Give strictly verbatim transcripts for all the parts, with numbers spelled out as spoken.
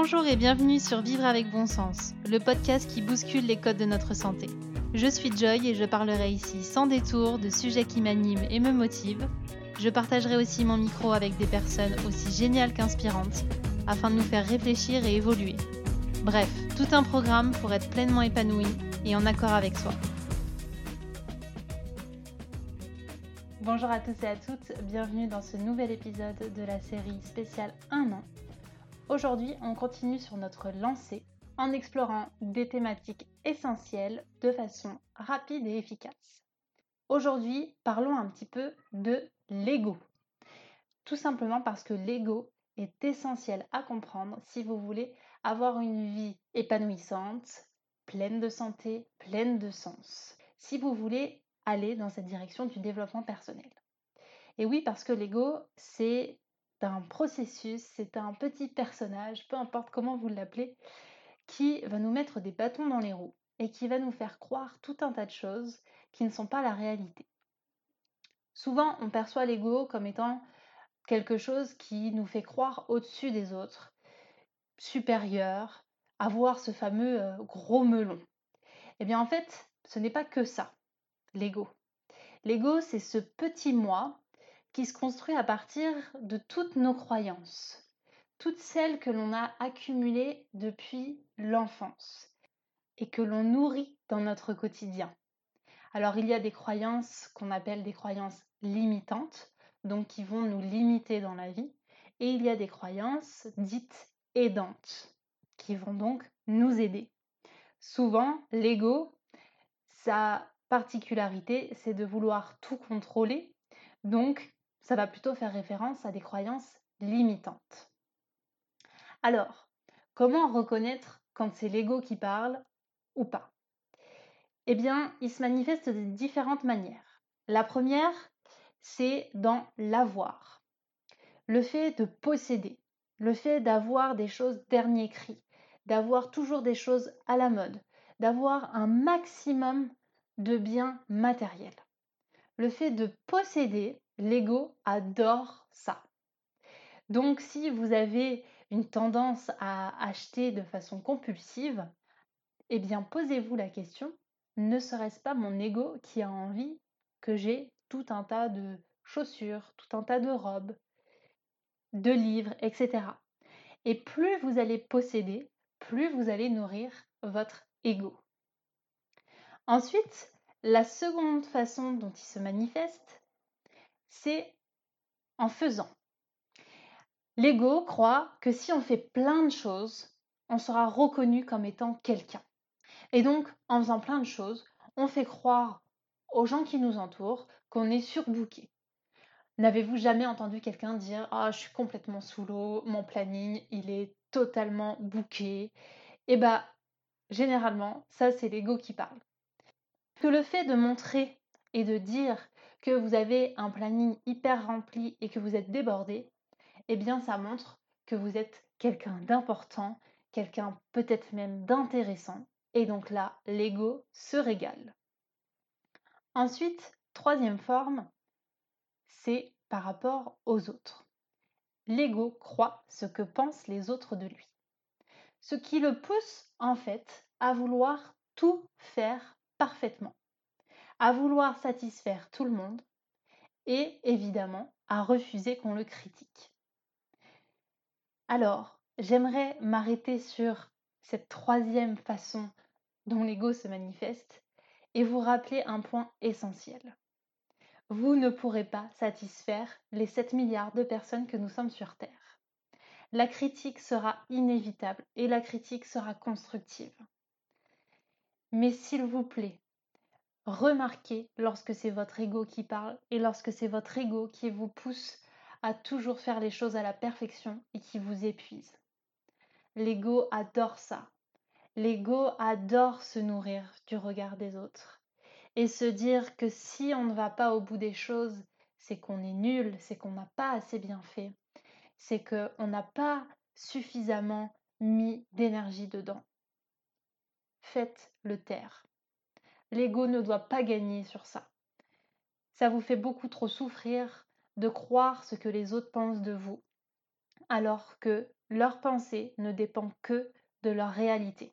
Bonjour et bienvenue sur Vivre avec bon sens, le podcast qui bouscule les codes de notre santé. Je suis Joy et je parlerai ici sans détour de sujets qui m'animent et me motivent. Je partagerai aussi mon micro avec des personnes aussi géniales qu'inspirantes afin de nous faire réfléchir et évoluer. Bref, tout un programme pour être pleinement épanoui et en accord avec soi. Bonjour à tous et à toutes, bienvenue dans ce nouvel épisode de la série spéciale un an. Aujourd'hui, on continue sur notre lancée en explorant des thématiques essentielles de façon rapide et efficace. Aujourd'hui, parlons un petit peu de l'ego. Tout simplement parce que l'ego est essentiel à comprendre si vous voulez avoir une vie épanouissante, pleine de santé, pleine de sens. Si vous voulez aller dans cette direction du développement personnel. Et oui, parce que l'ego, c'est un processus, c'est un petit personnage, peu importe comment vous l'appelez, qui va nous mettre des bâtons dans les roues et qui va nous faire croire tout un tas de choses qui ne sont pas la réalité. Souvent, on perçoit l'ego comme étant quelque chose qui nous fait croire au-dessus des autres, supérieur, avoir ce fameux euh, gros melon. Eh bien, en fait, ce n'est pas que ça, l'ego. L'ego, c'est ce petit moi qui se construit à partir de toutes nos croyances, toutes celles que l'on a accumulées depuis l'enfance et que l'on nourrit dans notre quotidien. Alors il y a des croyances qu'on appelle des croyances limitantes, donc qui vont nous limiter dans la vie, et il y a des croyances dites aidantes, qui vont donc nous aider. Souvent, l'ego, sa particularité, c'est de vouloir tout contrôler, donc ça va plutôt faire référence à des croyances limitantes. Alors, comment reconnaître quand c'est l'ego qui parle ou pas? Eh bien, il se manifeste de différentes manières. La première, c'est dans l'avoir. Le fait de posséder, le fait d'avoir des choses dernier cri, d'avoir toujours des choses à la mode, d'avoir un maximum de biens matériels. Le fait de posséder, l'ego adore ça. Donc si vous avez une tendance à acheter de façon compulsive, eh bien posez-vous la question, ne serait-ce pas mon ego qui a envie que j'ai tout un tas de chaussures, tout un tas de robes, de livres, et cetera. Et plus vous allez posséder, plus vous allez nourrir votre ego. Ensuite, la seconde façon dont il se manifeste, c'est en faisant. L'ego croit que si on fait plein de choses, on sera reconnu comme étant quelqu'un. Et donc, en faisant plein de choses, on fait croire aux gens qui nous entourent qu'on est surbooké. N'avez-vous jamais entendu quelqu'un dire « Ah, je suis complètement sous l'eau, mon planning, il est totalement booké ?» Eh bien, généralement, ça, c'est l'ego qui parle. Que le fait de montrer et de dire que vous avez un planning hyper rempli et que vous êtes débordé, eh bien, ça montre que vous êtes quelqu'un d'important, quelqu'un peut-être même d'intéressant. Et donc là, l'ego se régale. Ensuite, troisième forme, c'est par rapport aux autres. L'ego croit ce que pensent les autres de lui. Ce qui le pousse en fait à vouloir tout faire parfaitement, à vouloir satisfaire tout le monde et évidemment à refuser qu'on le critique. Alors, j'aimerais m'arrêter sur cette troisième façon dont l'ego se manifeste et vous rappeler un point essentiel. Vous ne pourrez pas satisfaire les sept milliards de personnes que nous sommes sur Terre. La critique sera inévitable et la critique sera constructive. Mais s'il vous plaît, remarquez lorsque c'est votre ego qui parle et lorsque c'est votre ego qui vous pousse à toujours faire les choses à la perfection et qui vous épuise. L'ego adore ça. L'ego adore se nourrir du regard des autres et se dire que si on ne va pas au bout des choses, c'est qu'on est nul, c'est qu'on n'a pas assez bien fait, c'est qu'on n'a pas suffisamment mis d'énergie dedans. Faites-le taire. L'ego ne doit pas gagner sur ça. Ça vous fait beaucoup trop souffrir de croire ce que les autres pensent de vous. alors que leur pensée ne dépend que de leur réalité.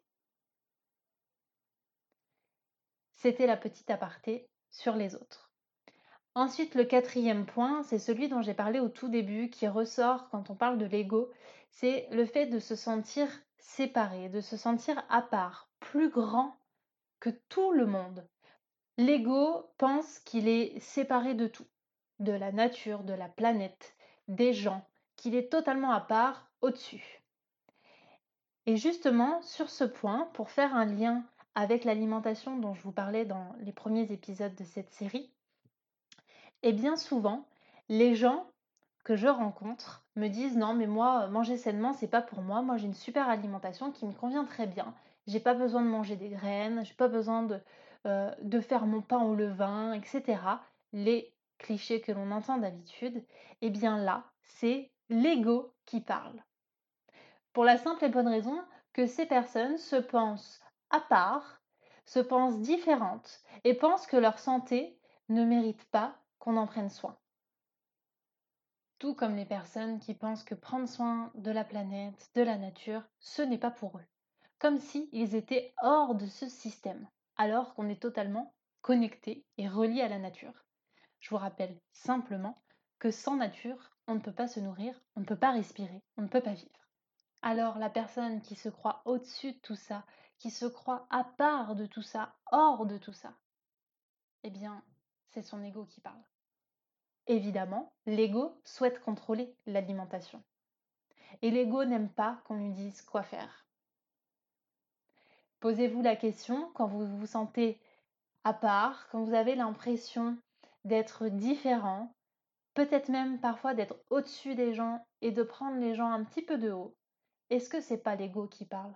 C'était la petite aparté sur les autres. Ensuite, le quatrième point, c'est celui dont j'ai parlé au tout début, qui ressort quand on parle de l'ego, c'est le fait de se sentir séparé, de se sentir à part, plus grand que tout le monde. L'ego pense qu'il est séparé de tout, de la nature, de la planète, des gens, qu'il est totalement à part, au-dessus. Et justement, sur ce point, pour faire un lien avec l'alimentation dont je vous parlais dans les premiers épisodes de cette série, et bien souvent, les gens que je rencontre me disent non mais moi manger sainement c'est pas pour moi, moi j'ai une super alimentation qui me convient très bien, j'ai pas besoin de manger des graines, j'ai pas besoin de, euh, de faire mon pain au levain, et cetera. Les clichés que l'on entend d'habitude, et bien là c'est l'ego qui parle. Pour la simple et bonne raison que ces personnes se pensent à part, se pensent différentes et pensent que leur santé ne mérite pas qu'on en prenne soin. Tout comme les personnes qui pensent que prendre soin de la planète, de la nature, ce n'est pas pour eux. Comme s'ils étaient hors de ce système, alors qu'on est totalement connecté et relié à la nature. Je vous rappelle simplement que sans nature, on ne peut pas se nourrir, on ne peut pas respirer, on ne peut pas vivre. Alors la personne qui se croit au-dessus de tout ça, qui se croit à part de tout ça, hors de tout ça, eh bien, c'est son ego qui parle. Évidemment, l'ego souhaite contrôler l'alimentation. Et l'ego n'aime pas qu'on lui dise quoi faire. Posez-vous la question quand vous vous sentez à part, quand vous avez l'impression d'être différent, peut-être même parfois d'être au-dessus des gens et de prendre les gens un petit peu de haut. Est-ce que c'est pas l'ego qui parle?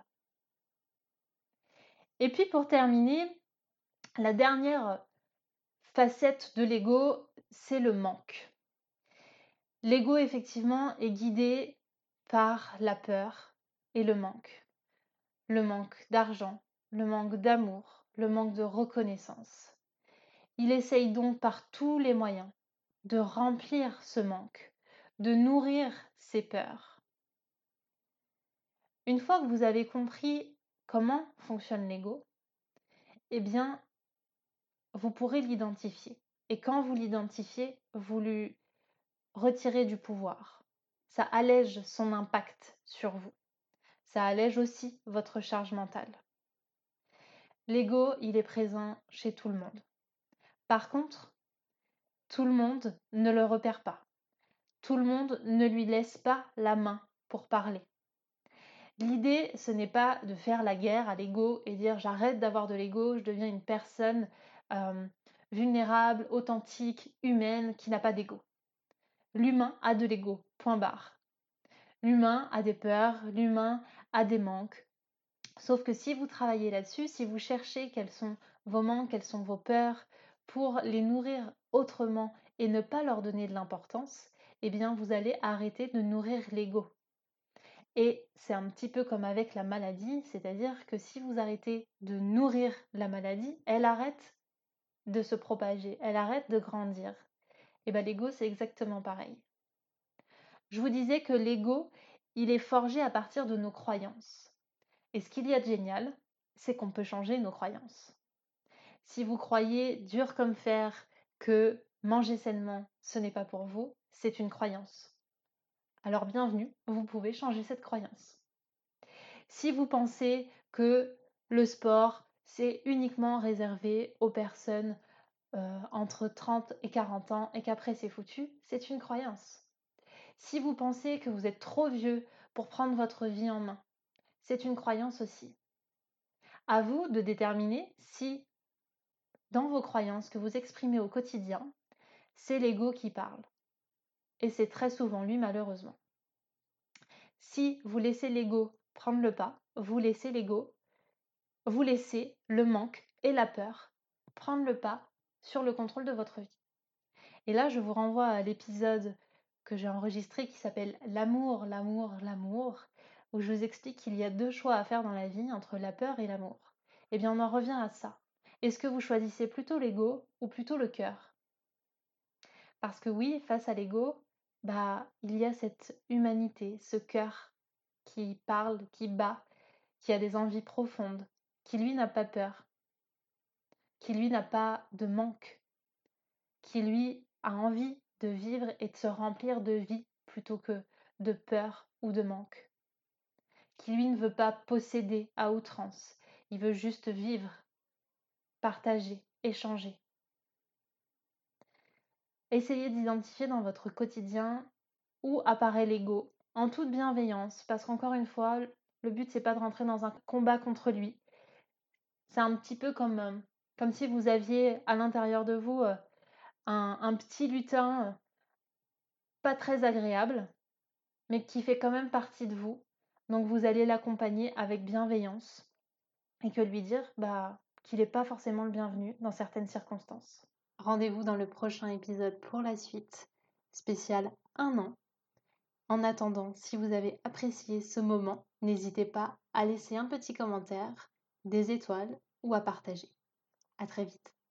Et puis pour terminer, la dernière facette de l'ego, c'est le manque. L'ego, effectivement, est guidé par la peur et le manque. Le manque d'argent, le manque d'amour, le manque de reconnaissance. Il essaye donc par tous les moyens de remplir ce manque, de nourrir ses peurs. Une fois que vous avez compris comment fonctionne l'ego, eh bien, vous pourrez l'identifier. Et quand vous l'identifiez, vous lui retirez du pouvoir. Ça allège son impact sur vous. Ça allège aussi votre charge mentale. L'ego, il est présent chez tout le monde. Par contre, tout le monde ne le repère pas. Tout le monde ne lui laisse pas la main pour parler. L'idée, ce n'est pas de faire la guerre à l'ego et dire j'arrête d'avoir de l'ego, je deviens une personne euh, vulnérable, authentique, humaine, qui n'a pas d'ego. L'humain a de l'ego, point barre. L'humain a des peurs, l'humain a des manques. Sauf que si vous travaillez là-dessus, si vous cherchez quels sont vos manques, quelles sont vos peurs, pour les nourrir autrement et ne pas leur donner de l'importance, eh bien vous allez arrêter de nourrir l'ego. Et c'est un petit peu comme avec la maladie, c'est-à-dire que si vous arrêtez de nourrir la maladie, elle arrête de se propager, elle arrête de grandir. Et bien l'ego, c'est exactement pareil. Je vous disais que l'ego, il est forgé à partir de nos croyances. Et ce qu'il y a de génial, c'est qu'on peut changer nos croyances. Si vous croyez dur comme fer que manger sainement, ce n'est pas pour vous, c'est une croyance. Alors bienvenue, vous pouvez changer cette croyance. Si vous pensez que le sport, c'est uniquement réservé aux personnes euh, entre trente et quarante ans et qu'après c'est foutu, c'est une croyance. Si vous pensez que vous êtes trop vieux pour prendre votre vie en main, c'est une croyance aussi. À vous de déterminer si, dans vos croyances que vous exprimez au quotidien, c'est l'ego qui parle. Et c'est très souvent lui, malheureusement. Si vous laissez l'ego prendre le pas, vous laissez l'ego, vous laissez le manque et la peur prendre le pas sur le contrôle de votre vie. Et là, je vous renvoie à l'épisode que j'ai enregistré qui s'appelle L'amour, l'amour, l'amour, où je vous explique qu'il y a deux choix à faire dans la vie entre la peur et l'amour. Eh bien, on en revient à ça. Est-ce que vous choisissez plutôt l'ego ou plutôt le cœur? Parce que oui, face à l'ego, bah, il y a cette humanité, ce cœur qui parle, qui bat, qui a des envies profondes, qui lui n'a pas peur, qui lui n'a pas de manque, qui lui a envie de vivre et de se remplir de vie plutôt que de peur ou de manque, qui lui ne veut pas posséder à outrance, il veut juste vivre, partager, échanger. Essayez d'identifier dans votre quotidien où apparaît l'ego, en toute bienveillance, parce qu'encore une fois, le but c'est pas de rentrer dans un combat contre lui. C'est un petit peu comme, euh, comme si vous aviez à l'intérieur de vous euh, un, un petit lutin euh, pas très agréable, mais qui fait quand même partie de vous. Donc vous allez l'accompagner avec bienveillance et que lui dire bah, qu'il n'est pas forcément le bienvenu dans certaines circonstances. Rendez-vous dans le prochain épisode pour la suite, spécial un an. En attendant, si vous avez apprécié ce moment, n'hésitez pas à laisser un petit commentaire, des étoiles ou à partager. À très vite.